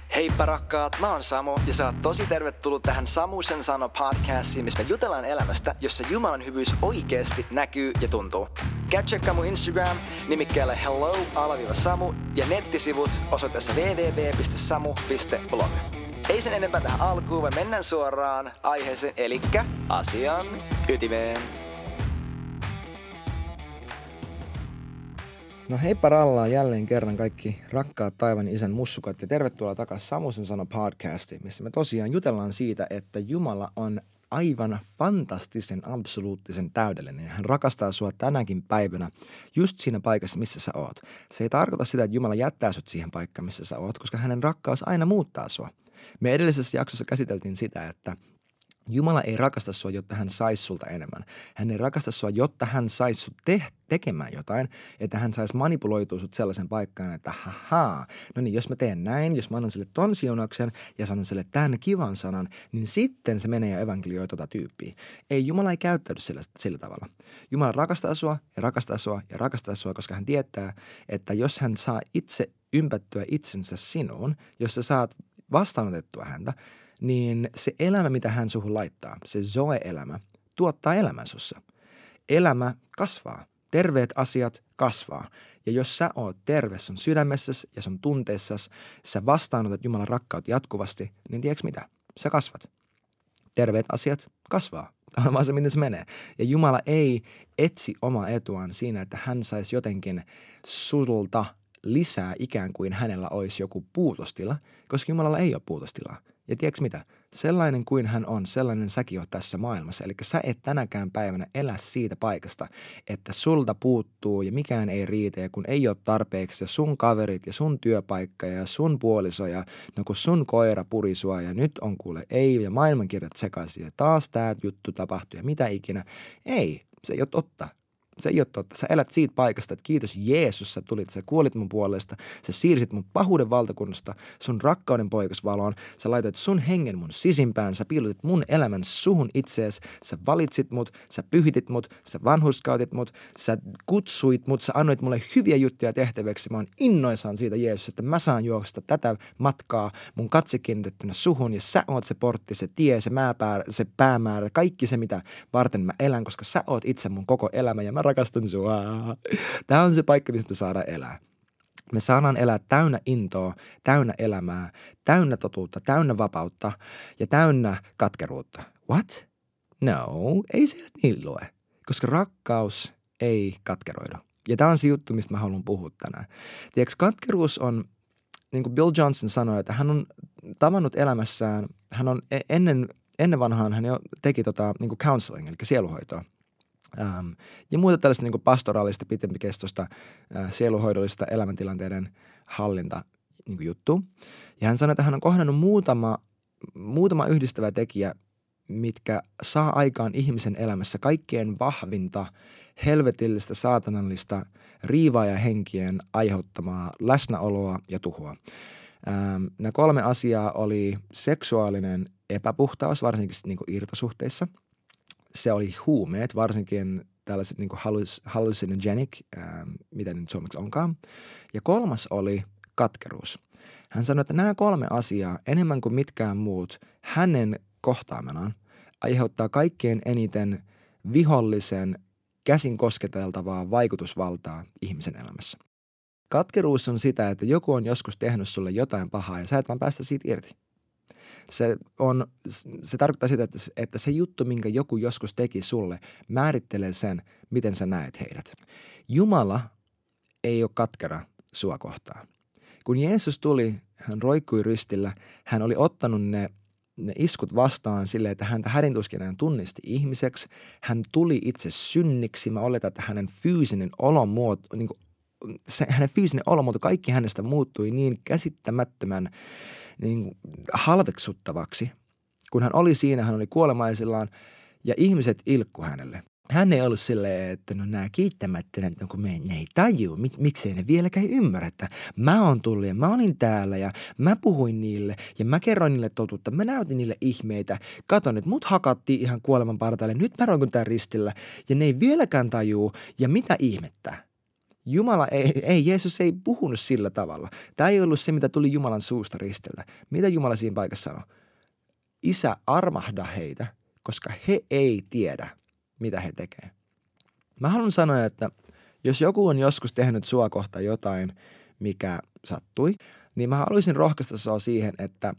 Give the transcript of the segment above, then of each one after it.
Heippa rakkaat, mä oon Samu ja sä oot tosi tervetullut tähän Samusen sano podcastiin, missä me jutellaan elämästä, jossa Jumalan hyvyys oikeesti näkyy ja tuntuu. Käy tsekkaa mun Instagram nimikkeellä hello_samu ja nettisivut osoitteessa www.samu.blog. Ei sen enempää tähän alkuun, vaan mennään suoraan aiheeseen, elikkä asian ytimeen. No heippa rallaan jälleen kerran kaikki rakkaat taivaan isän mussukat ja tervetuloa takaisin Samusen sano podcastiin, missä me tosiaan jutellaan siitä, että Jumala on aivan fantastisen, absoluuttisen täydellinen ja hän rakastaa sua tänäkin päivänä just siinä paikassa, missä sä oot. Se ei tarkoita sitä, että Jumala jättää sut siihen paikkaan, missä sä oot, koska hänen rakkaus aina muuttaa sua. Me edellisessä jaksossa käsiteltiin sitä, että Jumala ei rakasta sua, jotta hän saisi sulta enemmän. Hän ei rakasta sua, jotta hän saisi sut tekemään jotain, että hän saisi manipuloitua sut sellaisen paikkaan, että no niin, jos mä teen näin, jos mä annan sille ton siunauksen ja sanon sille tämän kivan sanan, niin sitten se menee ja evankelioi tota tyyppiä. Ei, Jumala ei käyttäydy sillä tavalla. Jumala rakastaa sua ja rakastaa sua ja rakastaa sua, koska hän tietää, että jos hän saa itse ympättyä itsensä sinuun, jos sä saat vastaanotettua häntä, niin se elämä, mitä hän suhun laittaa, se Zoe-elämä, tuottaa elämän sussa. Elämä kasvaa. Terveet asiat kasvaa. Ja jos sä oot terve sun sydämessäsi ja sun tunteissasi, sä vastaanotat Jumalan rakkautta jatkuvasti, niin tiedätkö mitä? Sä kasvat. Terveet asiat kasvaa. Tämä on vaan se, miten se menee. Ja Jumala ei etsi omaa etuaan siinä, että hän saisi jotenkin sulta lisää ikään kuin hänellä olisi joku puutostila, koska Jumalalla ei ole puutostilaa. Ja tiedätkö mitä? Sellainen kuin hän on, sellainen säkin oot tässä maailmassa. Eli sä et tänäkään päivänä elä siitä paikasta, että sulta puuttuu ja mikään ei riitä ja kun ei ole tarpeeksi ja sun kaverit ja sun työpaikka ja sun puoliso ja no kun sun koira puri sua ja nyt on kuule ei ja maailmankirjat sekaisin ja taas tää juttu tapahtuu ja mitä ikinä. Ei, se ei ole totta. Se ei ole totta. Sä elät siitä paikasta, että kiitos Jeesus, sä tulit, sä kuolit mun puolesta, sä siirsit mun pahuuden valtakunnasta sun rakkauden poikasvaloon, sä laitoit sun hengen mun sisimpään, sä piilotit mun elämän suhun itseesi, sä valitsit mut, sä pyhitit mut, sä vanhurskautit mut, sä kutsuit mut, sä annoit mulle hyviä juttuja tehtäväksi. Mä oon innoissaan siitä Jeesus, että mä saan juosta tätä matkaa mun katse kiinnitettynä suhun ja sä oot se portti, se tie, se päämäärä, kaikki se mitä varten mä elän, koska sä oot itse mun koko elämä ja mä rakastan sua. Tämä on se paikka, mistä me saadaan elää. Me saadaan elää täynnä intoa, täynnä elämää, täynnä totuutta, täynnä vapautta ja täynnä katkeruutta. What? No, ei se niin lue, koska rakkaus ei katkeroidu. Ja tämä on se juttu, mistä mä haluan puhua tänään. Tiedätkö, katkeruus on, niin kuin Bill Johnson sanoi, että hän on tavannut elämässään, hän on ennen vanhaan hän jo teki niin kuin counseling, eli sieluhoitoa. Ja muuta tällaista niin kuin pastoraalista, pitempikestoista, sieluhoidollista elämäntilanteiden hallinta niin kuin juttu. Ja hän sanoi, että hän on kohdannut muutama yhdistävä tekijä, mitkä saa aikaan ihmisen elämässä kaikkein vahvinta, helvetillistä, saatanallista, riivaajahenkien aiheuttamaa läsnäoloa ja tuhoa. Nämä 3 asiaa oli seksuaalinen epäpuhtaus, varsinkin niin kuin irtosuhteissa. Se oli huumeet, varsinkin tällaiset niin kuin hallucinogenic, mitä nyt suomeksi onkaan. Ja 3 oli katkeruus. Hän sanoi, että nämä 3 asiaa enemmän kuin mitkään muut hänen kohtaamanaan aiheuttaa kaikkein eniten vihollisen käsin kosketeltavaa vaikutusvaltaa ihmisen elämässä. Katkeruus on sitä, että joku on joskus tehnyt sulle jotain pahaa ja sä et vaan päästä siitä irti. Se tarkoittaa sitä, että se juttu, minkä joku joskus teki sulle, määrittelee sen, miten sä näet heidät. Jumala ei ole katkera sua kohtaan. Kun Jeesus tuli, hän roikkui ristillä, hän oli ottanut ne iskut vastaan silleen, että häntä hädintuskineen tunnisti ihmiseksi. Hän tuli itse synniksi. Mä oletan, että hänen fyysinen olomuoto, niin kuin hänen fyysinen olomuoto, kaikki hänestä muuttui niin käsittämättömän niin halveksuttavaksi. Kun hän oli siinä, hän oli kuolemaisillaan ja ihmiset ilkku hänelle. Hän ei ollut silleen, että no nämä kiittämättömät, kun ne ei tajuu, miksei ne vieläkään ymmärrä, että mä oon tullut ja mä olin täällä ja mä puhuin niille ja mä kerroin niille totuutta, mä näytin niille ihmeitä. Kato nyt, mut hakattiin ihan kuoleman partaalle, nyt mä roikun tää ristillä ja ne ei vieläkään tajuu ja mitä ihmettä. Jeesus ei puhunut sillä tavalla. Tämä ei ollut se, mitä tuli Jumalan suusta ristiltä. Mitä Jumala siinä paikassa sanoi? Isä, armahda heitä, koska he ei tiedä, mitä he tekee. Mä haluan sanoa, että jos joku on joskus tehnyt sua kohta jotain, mikä sattui, niin mä haluaisin rohkaista sua siihen, että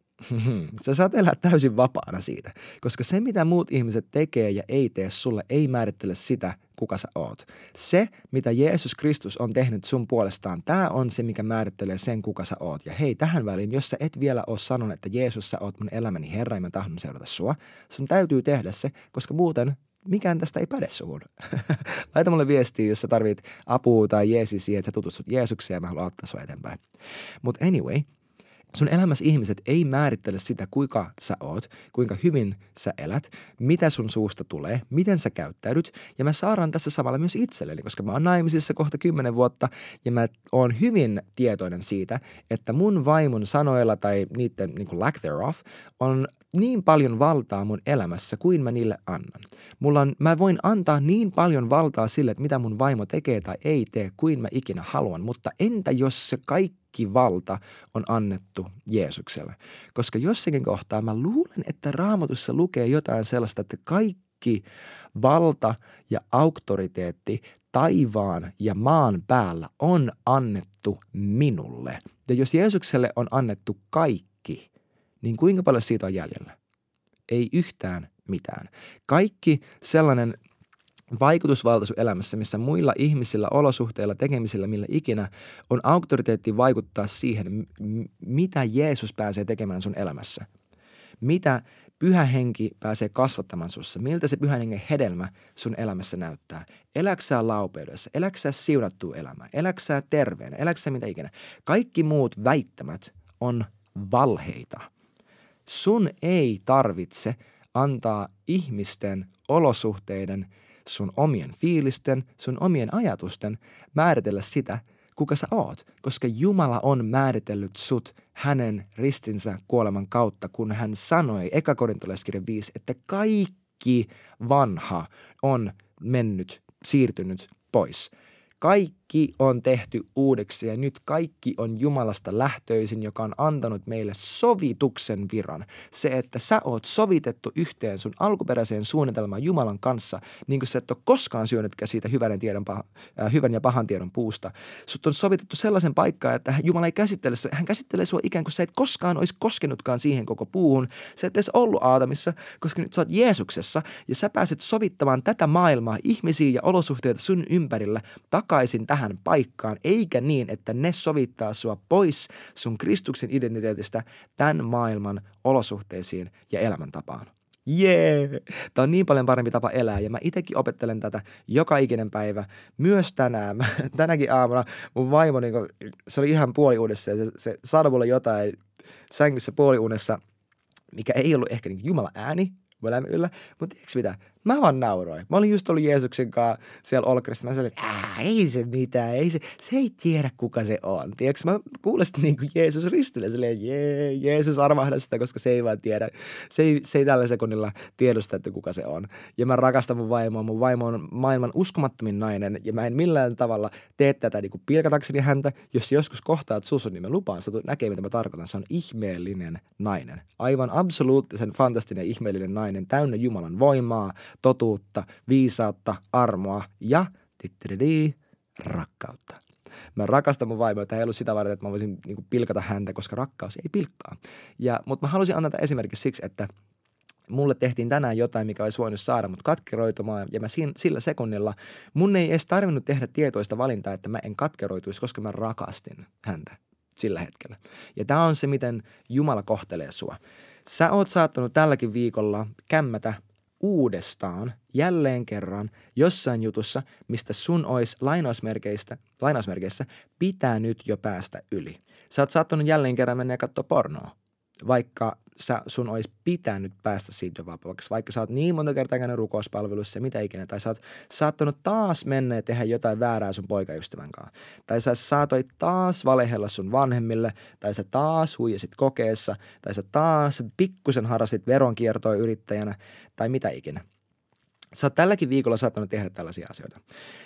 sä saat elää täysin vapaana siitä, koska se, mitä muut ihmiset tekee ja ei tee sulle, ei määrittele sitä, kuka sä oot. Se, mitä Jeesus Kristus on tehnyt sun puolestaan, tää on se, mikä määrittelee sen, kuka sä oot. Ja hei, tähän väliin, jos sä et vielä ole sanonut, että Jeesus, sä oot mun elämäni Herra ja mä tahdon seurata sua, sun täytyy tehdä se, koska muuten mikään tästä ei päde suhun. Laita mulle viestiä, jos sä tarvit apua tai jeesi siihen, että sä tutustut Jeesukseen ja mä haluan ottaa sua eteenpäin. Mutta anyway, sun elämässä ihmiset ei määrittele sitä, kuinka sä oot, kuinka hyvin sä elät, mitä sun suusta tulee, miten sä käyttäydyt. Ja mä saadaan tässä samalla myös itselleni, koska mä oon naimisissa kohta 10 vuotta ja mä oon hyvin tietoinen siitä, että mun vaimon sanoilla tai niiden niin kuin lack thereof on niin paljon valtaa mun elämässä kuin mä niille annan. Mä voin antaa niin paljon valtaa sille, että mitä mun vaimo tekee tai ei tee, kuin mä ikinä haluan, mutta entä jos se kaikki valta on annettu Jeesukselle? Koska jossakin kohtaa mä luulen, että Raamatussa lukee jotain sellaista, että kaikki valta ja auktoriteetti taivaan ja maan päällä on annettu minulle. Ja jos Jeesukselle on annettu kaikki, niin kuinka paljon siitä on jäljellä? Ei yhtään mitään. Kaikki sellainen vaikutusvalta sun elämässä, missä muilla ihmisillä, olosuhteilla, tekemisillä, millä ikinä on auktoriteetti vaikuttaa siihen, mitä Jeesus pääsee tekemään sun elämässä. Mitä Pyhä Henki pääsee kasvattamaan sussa. Miltä se Pyhän Hengen hedelmä sun elämässä näyttää. Eläksää laupeudessa, eläksää siunattua elämää, eläksää terveenä, eläksää mitä ikinä. Kaikki muut väittämät on valheita. Sun ei tarvitse antaa ihmisten, olosuhteiden, sun omien fiilisten, sun omien ajatusten määritellä sitä, kuka sä oot, koska Jumala on määritellyt sut hänen ristinsä kuoleman kautta, kun hän sanoi, 1 Korintolaiskirja 5, että kaikki vanha on siirtynyt pois. Kaikki on tehty uudeksi ja nyt kaikki on Jumalasta lähtöisin, joka on antanut meille sovituksen viran. Se, että sä oot sovitettu yhteen sun alkuperäiseen suunnitelmaan Jumalan kanssa, niin kuin sä et ole koskaan syönytkään siitä hyvän ja pahan tiedon puusta. Sut on sovitettu sellaisen paikkaan, että Jumala ei käsittele, hän käsittelee sua ikään kuin sä et koskaan olisi koskenutkaan siihen koko puuhun. Sä et edes ollut Aatamissa, koska nyt sä oot Jeesuksessa ja sä pääset sovittamaan tätä maailmaa, ihmisiä ja olosuhteita sun ympärillä takaisin tähän paikkaan, eikä niin, että ne sovittaa sua pois sun Kristuksen identiteetistä tämän maailman olosuhteisiin ja elämäntapaan. Jee! Tämä on niin paljon parempi tapa elää ja mä itsekin opettelen tätä joka ikinen päivä. Myös tänäkin aamuna mun vaimo, se oli ihan puoliunessa ja se sanoi mulle jotain sängyssä puoliunessa, mikä ei ollut ehkä Jumalan ääni, yllä, mutta tiedätkö mitä? Mä vaan nauroin. Mä olin just ollut Jeesuksen kanssa siellä olkkarissa. Mä sanoin, että ei se mitään, se ei tiedä kuka se on. Tiedätkö, mä kuulostin niin kuin Jeesus ristille, silleen Jeesus armahda sitä, koska se ei vaan tiedä. Se ei tällä sekunnilla tiedosta, että kuka se on. Ja mä rakastan mun vaimoa. Mun vaimo on maailman uskomattomin nainen ja mä en millään tavalla tee tätä niin kuin pilkatakseni häntä. Jos joskus kohtaat susun, niin mä lupaan, sä näkee mitä mä tarkoitan. Se on ihmeellinen nainen. Aivan absoluuttisen fantastinen ihmeellinen nainen, täynnä Jumalan voimaa, totuutta, viisautta, armoa ja rakkautta. Mä rakastan mun vaimoa, että ei ollut sitä varten, että mä voisin pilkata häntä, koska rakkaus ei pilkkaa. Mutta mä halusin antaa esimerkiksi siksi, että mulle tehtiin tänään jotain, mikä olisi voinut saada mut katkeroitumaan ja mä sillä sekunnilla mun ei edes tarvinnut tehdä tietoista valintaa, että mä en katkeroituisi, koska mä rakastin häntä sillä hetkellä. Ja tää on se, miten Jumala kohtelee sua. Sä oot saattanut tälläkin viikolla kämmätä uudestaan, jälleen kerran, jossain jutussa, mistä sun olisi lainausmerkeissä pitänyt jo päästä yli. Sä oot saattanut jälleen kerran mennä ja katsoa pornoa, vaikka sun olisi pitänyt päästä siitä jo vapaaksi, vaikka sä oot niin monta kertaa käynyt rukouspalvelussa ja mitä ikinä, tai sä oot saattanut taas mennä ja tehdä jotain väärää sun poikaystävän kanssa, tai sä saatoit taas valehella sun vanhemmille, tai sä taas huijasit kokeessa, tai sä taas pikkusen harrastit veronkiertoa yrittäjänä, tai mitä ikinä. Sä oot tälläkin viikolla saattanut tehdä tällaisia asioita.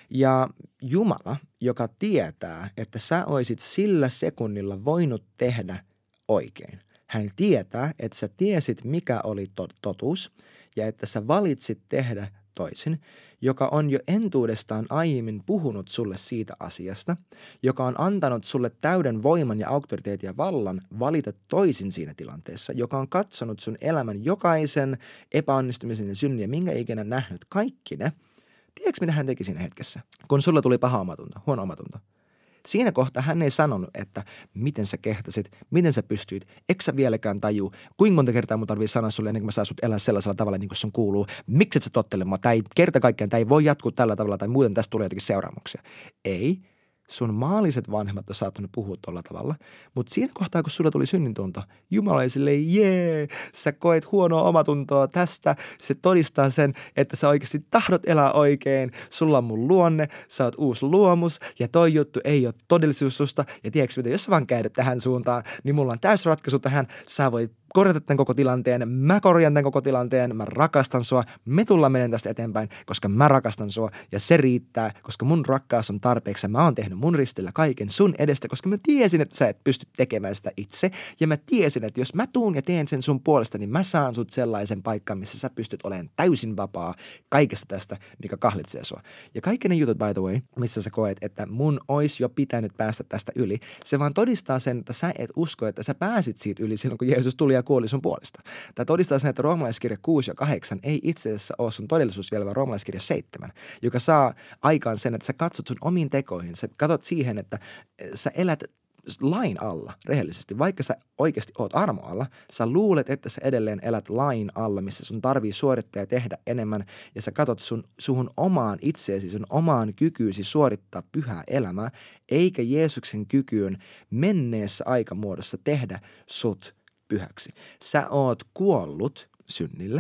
Ja Jumala, joka tietää, että sä oisit sillä sekunnilla voinut tehdä oikein. Hän tietää, että sä tiesit, mikä oli totuus ja että sä valitsit tehdä toisin, joka on jo entuudestaan aiemmin puhunut sulle siitä asiasta, joka on antanut sulle täyden voiman ja auktoriteetin ja vallan valita toisin siinä tilanteessa, joka on katsonut sun elämän jokaisen epäonnistumisen ja synnin ja minkä ikinä nähnyt kaikki ne. Tiedätkö, mitä hän teki siinä hetkessä? Kun sulla tuli paha omatunto, huono omatunto. Siinä kohtaa hän ei sanonut, että miten sä kehtasit, miten sä pystyit, eikö sä vieläkään tajuu, kuinka monta kertaa mun tarvii sanoa sulle ennen kuin mä saan sut elää sellaisella tavalla niin kuin sun kuuluu, miksi et sä tottele mua, tää ei kerta kaikkiaan, tää ei voi jatkuu tällä tavalla tai muuten tästä tulee jotakin seuraamuksia. Ei. Sun maalliset vanhemmat on saattanut puhua tuolla tavalla, mutta siinä kohtaa, kun sulla tuli synnintunto, Jumala oli silleen, jee, sä koet huonoa omatuntoa tästä, se todistaa sen, että sä oikeasti tahdot elää oikein, sulla on mun luonne, sä oot uusi luomus ja toi juttu ei ole todellisuus susta ja tiedätkö mitä, jos sä vaan käydyt tähän suuntaan, niin mulla on täys ratkaisu tähän, sä voit korjata tämän koko tilanteen, mä korjan tämän koko tilanteen, mä rakastan sua, me tullaan menen tästä eteenpäin, koska mä rakastan sua ja se riittää, koska mun rakkaus on tarpeeksi ja mä oon tehnyt mun ristillä kaiken sun edestä, koska mä tiesin, että sä et pysty tekemään sitä itse ja mä tiesin, että jos mä tuun ja teen sen sun puolesta, niin mä saan sut sellaisen paikkaan, missä sä pystyt olemaan täysin vapaa kaikesta tästä, mikä kahlitsee sua. Ja kaikki ne jutut, by the way, missä sä koet, että mun ois jo pitänyt päästä tästä yli, se vaan todistaa sen, että sä et usko, että sä pääsit siitä yli silloin, kun Jeesus tuli ja kuoli sun puolesta. Tämä todistaa sen, että roomalaiskirja 6 ja 8 ei itse asiassa ole sun todellisuus vielä, vaan roomalaiskirja 7, joka saa aikaan sen, että sä katsot sun omiin tekoihin. Sä katsot siihen, että sä elät lain alla rehellisesti. Vaikka sä oikeasti oot armo alla, sä luulet, että sä edelleen elät lain alla, missä sun tarvii suorittaa ja tehdä enemmän, ja sä katsot suhun omaan itseesi, sun omaan kykyysi suorittaa pyhää elämää, eikä Jeesuksen kykyyn menneessä aikamuodossa tehdä sut pyhäksi. Sä oot kuollut synnille.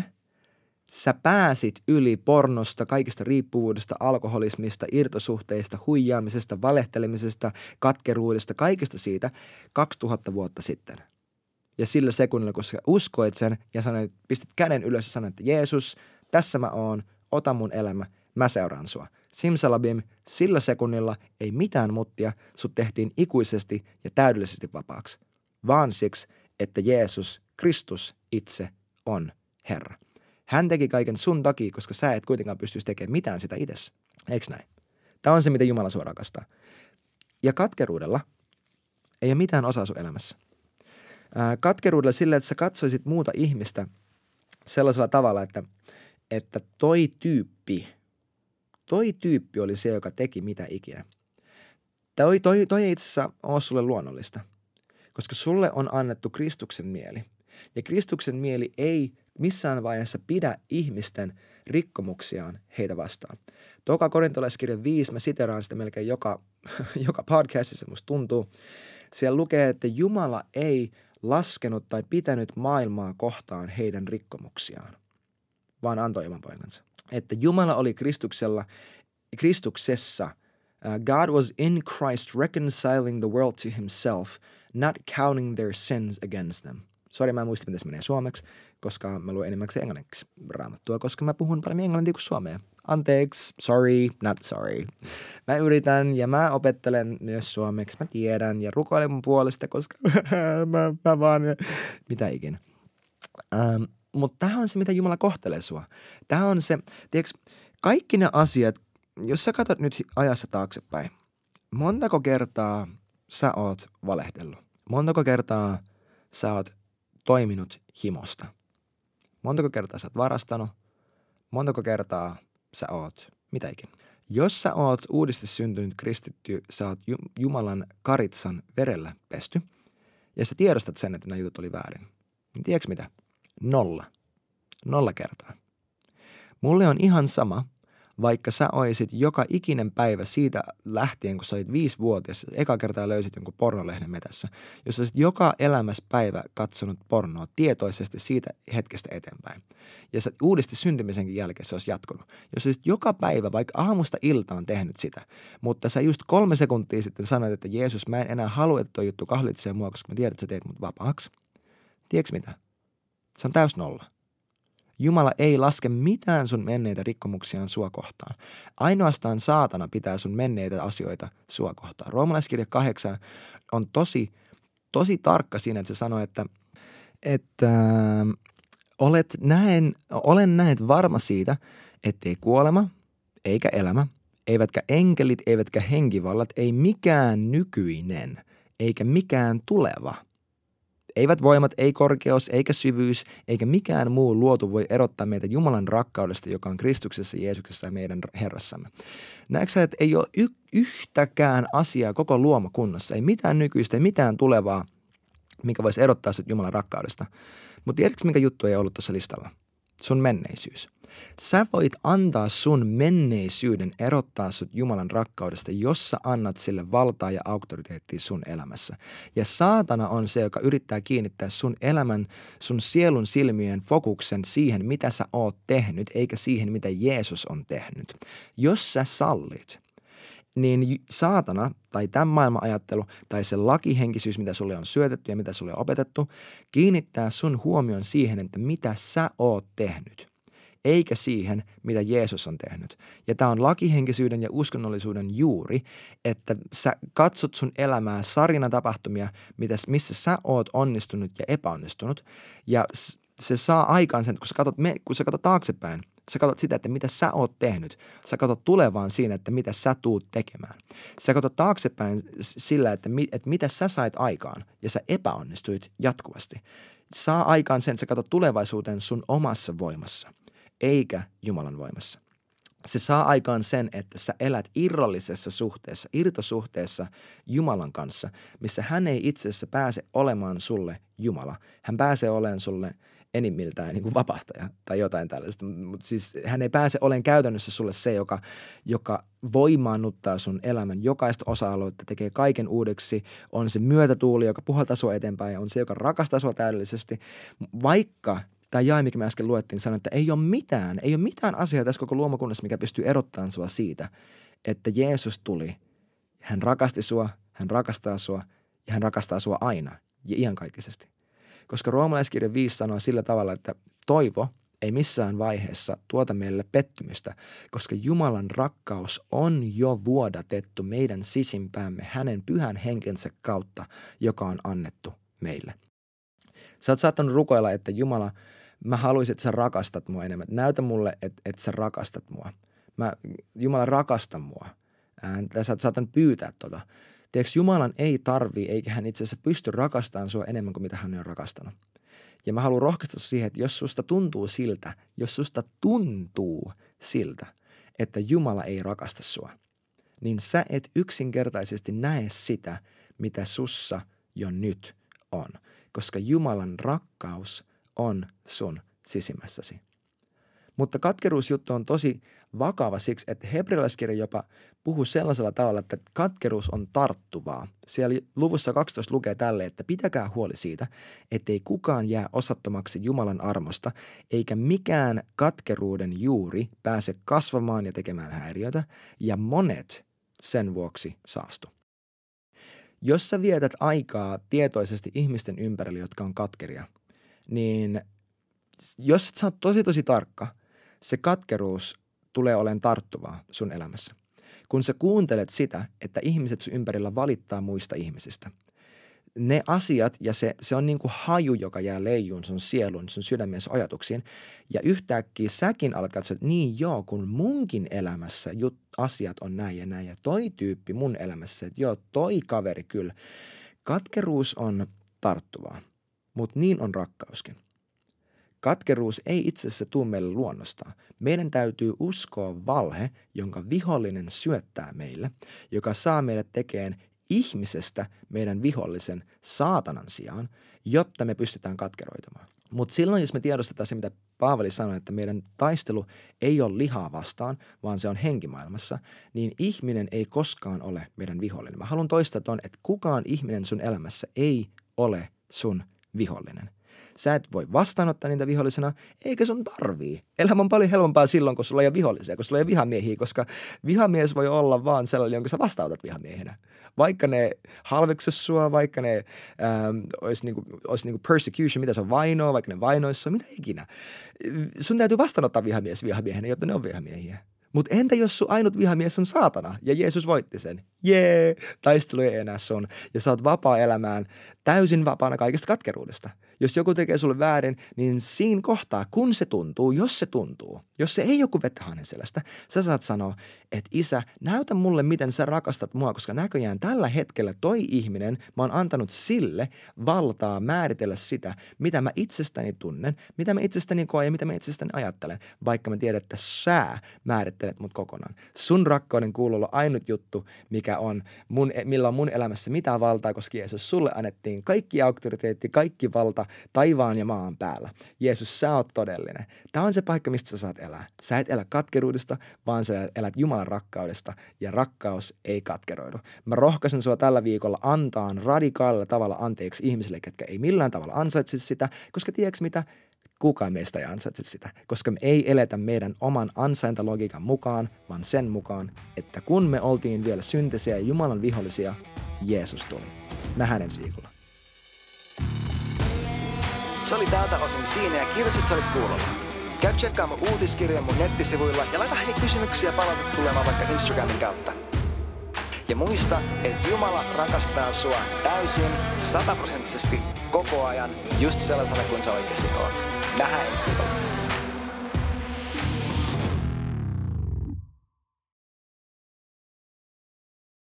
Sä pääsit yli pornosta, kaikista riippuvuudesta, alkoholismista, irtosuhteista, huijaamisesta, valehtelemisesta, katkeruudesta, kaikesta siitä 2000 vuotta sitten. Ja sillä sekunnilla, kun sä uskoit sen ja sanoit, pistit käden ylös ja sanoit, että Jeesus, tässä mä oon, ota mun elämä, mä seuraan sua. Simsalabim, sillä sekunnilla ei mitään muttia, sut tehtiin ikuisesti ja täydellisesti vapaaksi. Vaan siksi, että Jeesus, Kristus itse on Herra. Hän teki kaiken sun takia, koska sä et kuitenkaan pystyisi tekemään mitään sitä itse. Eiks näin? Tämä on se, mitä Jumala sua rakastaa. Ja katkeruudella ei ole mitään osaa sun elämässä. Katkeruudella sillä, että sä katsoisit muuta ihmistä sellaisella tavalla, että toi tyyppi oli se, joka teki mitä ikinä. Toi ei itse asiassa ole sulle luonnollista, koska sulle on annettu Kristuksen mieli. Ja Kristuksen mieli ei missään vaiheessa pidä ihmisten rikkomuksiaan heitä vastaan. Toka korintolaiskirja 5, mä siteraan sitä melkein joka podcastissa, musta tuntuu. Siellä lukee, että Jumala ei laskenut tai pitänyt maailmaa kohtaan heidän rikkomuksiaan, vaan antoi oman poikansa. Että Jumala oli Kristuksessa. God was in Christ reconciling the world to himself, not counting their sins against them. Sori, mä en muista, miten se menee suomeksi, koska mä luen enimmäkseen englanniksi raamattua, koska mä puhun paljon englantia kuin suomea. Anteeksi, sorry, not sorry. Mä yritän ja mä opettelen myös suomeksi, mä tiedän ja rukoilen mun puolesta, koska mä vaan, mitä ikinä. Mutta tämähän on se, mitä Jumala kohtelee sua. Tämä on se, tiedätkö, kaikki ne asiat, jos sä katsot nyt ajassa taaksepäin, montako kertaa sä oot valehdellut? Montako kertaa sä oot toiminut himosta? Montako kertaa sä oot varastanut? Montako kertaa sä oot mitä ikinä? Jos sä oot uudesti syntynyt kristitty, sä oot Jumalan karitsan verellä pesty, ja sä tiedostat sen, että nämä jutut oli väärin, niin tiedätkö mitä? 0 kertaa. Mulle on ihan sama, vaikka sä oisit joka ikinen päivä siitä lähtien, kun sä olit 5-vuotias, eka kertaa löysit jonkun pornolehden metässä, jos sä olisit joka elämässä päivä katsonut pornoa tietoisesti siitä hetkestä eteenpäin. Ja sä uudesti syntymisenkin jälkeen se olisi jatkunut. Jos sä olisit joka päivä, vaikka aamusta iltaan tehnyt sitä, mutta sä just 3 sekuntia sitten sanoit, että Jeesus, mä en enää halua, että toi juttu kahlitsee mua, koska mä tiedän, että sä teet mut vapaaksi. Tiedätkö mitä? Se on täys 0. Jumala ei laske mitään sun menneitä rikkomuksiaan sua kohtaan. Ainoastaan saatana pitää sun menneitä asioita sua kohtaan. Roomalaiskirja 8 on tosi tarkka siinä, että se sanoo, että olen näet varma siitä, ettei kuolema, eikä elämä, eivätkä enkelit, eivätkä henkivallat, ei mikään nykyinen, eikä mikään tuleva. Eivät voimat, ei korkeus, eikä syvyys, eikä mikään muu luotu voi erottaa meitä Jumalan rakkaudesta, joka on Kristuksessa, Jeesuksessa ja meidän Herrassamme. Näetkö sä, että ei ole yhtäkään asiaa koko luomakunnassa, ei mitään nykyistä, ei mitään tulevaa, mikä voisi erottaa sut Jumalan rakkaudesta. Mutta tiedätkö, mikä juttu ei ollut tuossa listalla? Sun menneisyys. Sä voit antaa sun menneisyyden erottaa sut Jumalan rakkaudesta, jos sä annat sille valtaa ja auktoriteettia sun elämässä. Ja saatana on se, joka yrittää kiinnittää sun elämän, sun sielun silmien fokuksen siihen, mitä sä oot tehnyt, eikä siihen, mitä Jeesus on tehnyt. Jos sä sallit, niin saatana tai tämän maailman ajattelu tai se lakihenkisyys, mitä sulle on syötetty ja mitä sulle on opetettu, kiinnittää sun huomion siihen, että mitä sä oot tehnyt, eikä siihen, mitä Jeesus on tehnyt. Ja tämä on lakihenkisyyden ja uskonnollisuuden juuri, että sä katsot sun elämää sarjana tapahtumia, missä sä oot onnistunut ja epäonnistunut, ja se saa aikaan sen, että kun sä katsot taaksepäin, sä katsot sitä, että mitä sä oot tehnyt. Sä katsot tulevaan siinä, että mitä sä tuut tekemään. Sä katsot taaksepäin sillä, että mitä sä sait aikaan ja sä epäonnistuit jatkuvasti. Saa aikaan sen, että sä katsot tulevaisuuteen sun omassa voimassa, eikä Jumalan voimassa. Se saa aikaan sen, että sä elät irrallisessa suhteessa, irtosuhteessa Jumalan kanssa, missä hän ei itse asiassa pääse olemaan sulle Jumala. Hän pääsee olemaan sulle enimmiltään niin kuin vapahtaja tai jotain tällaista, mutta siis hän ei pääse olemaan käytännössä sulle se, joka voimaannuttaa sun elämän jokaista osa-aluetta, tekee kaiken uudeksi, on se myötätuuli, joka puhaltaa sua eteenpäin ja on se, joka rakastaa sua täydellisesti, vaikka tämä jae, mikä me äsken luettiin, sanoi, että ei ole mitään asiaa tässä koko luomakunnassa, mikä pystyy erottamaan sua siitä, että Jeesus tuli, hän rakasti sua, hän rakastaa sua ja hän rakastaa sua aina ja iankaikkisesti. Koska Roomalaiskirja 5 sanoo sillä tavalla, että toivo ei missään vaiheessa tuota meille pettymystä, koska Jumalan rakkaus on jo vuodatettu meidän sisimpäämme hänen pyhän henkensä kautta, joka on annettu meille. Sä oot saattanut rukoilla, että Jumala, mä haluaisin, että sä rakastat mua enemmän. Näytä mulle, että sä rakastat mua. Jumala, rakasta mua. Sä oot saattanut pyytää tota. Tiedätkö, Jumalan ei eikä hän itse asiassa pysty rakastamaan sua enemmän kuin mitä hän on rakastanut. Ja mä haluan rohkaista siihen, että jos susta tuntuu siltä, että Jumala ei rakasta sua, niin sä et yksinkertaisesti näe sitä, mitä sussa jo nyt on. Koska Jumalan rakkaus on sun sisimmässäsi. Mutta katkeruusjuttu on tosi vakava siksi, että hebrealaiskirja jopa puhuu sellaisella tavalla, että katkeruus on tarttuvaa. Siellä luvussa 12 lukee tälle, että pitäkää huoli siitä, ettei kukaan jää osattomaksi Jumalan armosta, eikä mikään katkeruuden juuri pääse kasvamaan ja tekemään häiriötä, ja monet sen vuoksi saastu. Jos sä vietät aikaa tietoisesti ihmisten ympärillä, jotka on katkeria, niin jos sä oot tosi tarkka, se katkeruus tulee olemaan tarttuvaa sun elämässä. Kun sä kuuntelet sitä, että ihmiset sun ympärillä valittaa muista ihmisistä, ne asiat ja se on niin kuin haju, joka jää leijuun sun sielun, sun sydämen, sun ajatuksiin. Ja yhtäkkiä säkin alat katsoa, että niin joo, kun munkin elämässä asiat on näin ja näin. Ja toi tyyppi mun elämässä, että joo, toi kaveri kyllä. Katkeruus on tarttuvaa, mutta niin on rakkauskin. Katkeruus ei itse asiassa tule meille luonnostaan. Meidän täytyy uskoa valhe, jonka vihollinen syöttää meille, joka saa meidät tekemään ihmisestä meidän vihollisen saatanan sijaan, jotta me pystytään katkeroitumaan. Mutta silloin, jos me tiedostetaan se, mitä Paavali sanoi, että meidän taistelu ei ole lihaa vastaan, vaan se on henkimaailmassa, niin ihminen ei koskaan ole meidän vihollinen. Mä haluan toistaa ton, että kukaan ihminen sun elämässä ei ole sun vihollinen. Sä et voi vastaanottaa niitä vihollisena, eikä sun tarvii. Elämä on paljon helpompaa silloin, kun sulla ei ole vihollisia, kun sulla ei ole vihamiehiä, koska vihamies voi olla vaan sellainen, jonka sä vastaanotat vihamiehenä. Vaikka ne halveksus sua, vaikka ne olisi niinku persecution, mitä se on vainoa, vaikka ne vainois sua, mitä ikinä. Sun täytyy vastaanottaa vihamies vihamiehenä, jotta ne on vihamiehiä. Mutta entä jos sun ainut vihamies on saatana ja Jeesus voitti sen? Jee, taistelu ei enää sun ja sä oot vapaa elämään täysin vapaana kaikesta katkeruudesta. Jos joku tekee sulle väärin, niin siinä kohtaa, kun se tuntuu, jos se ei joku vettä hänen selästä, sä saat sanoa, että Isä, näytä mulle, miten sä rakastat mua, koska näköjään tällä hetkellä toi ihminen, mä oon antanut sille valtaa määritellä sitä, mitä mä itsestäni tunnen, mitä mä itsestäni koen ja mitä mä itsestäni ajattelen, vaikka mä tiedän, että sä määrittelet mut kokonaan. Sun rakkauden kuuluu olla ainut juttu, millä on mun elämässä mitään valtaa, koska Jeesus, sulle annettiin kaikki auktoriteetti, kaikki valta taivaan ja maan päällä. Jeesus, sä oot todellinen. Tämä on se paikka, mistä sä saat elää. Sä et elä katkeruudesta, vaan sä elät Jumalan rakkaudesta ja rakkaus ei katkeroidu. Mä rohkaisen sua tällä viikolla antaa radikaalilla tavalla anteeksi ihmisille, ketkä ei millään tavalla ansaitse sitä, koska tiedätkö mitä? Kukaan meistä ei ansaitse sitä, koska me ei eletä meidän oman ansaintalogiikan mukaan, vaan sen mukaan, että kun me oltiin vielä syntisiä ja Jumalan vihollisia, Jeesus tuli. Nähdään ensi viikolla. Se oli tältä osin siinä ja kiitos, että sä olit kuulolla. Käy tsekkaa mun uutiskirjan mun nettisivuilla ja laita kysymyksiä palautetta tulemaan vaikka Instagramin kautta. Ja muista, että Jumala rakastaa sua täysin, 100% koko ajan, just sellaisena kuin sä oikeasti oot. Nähdään ensi viikolla.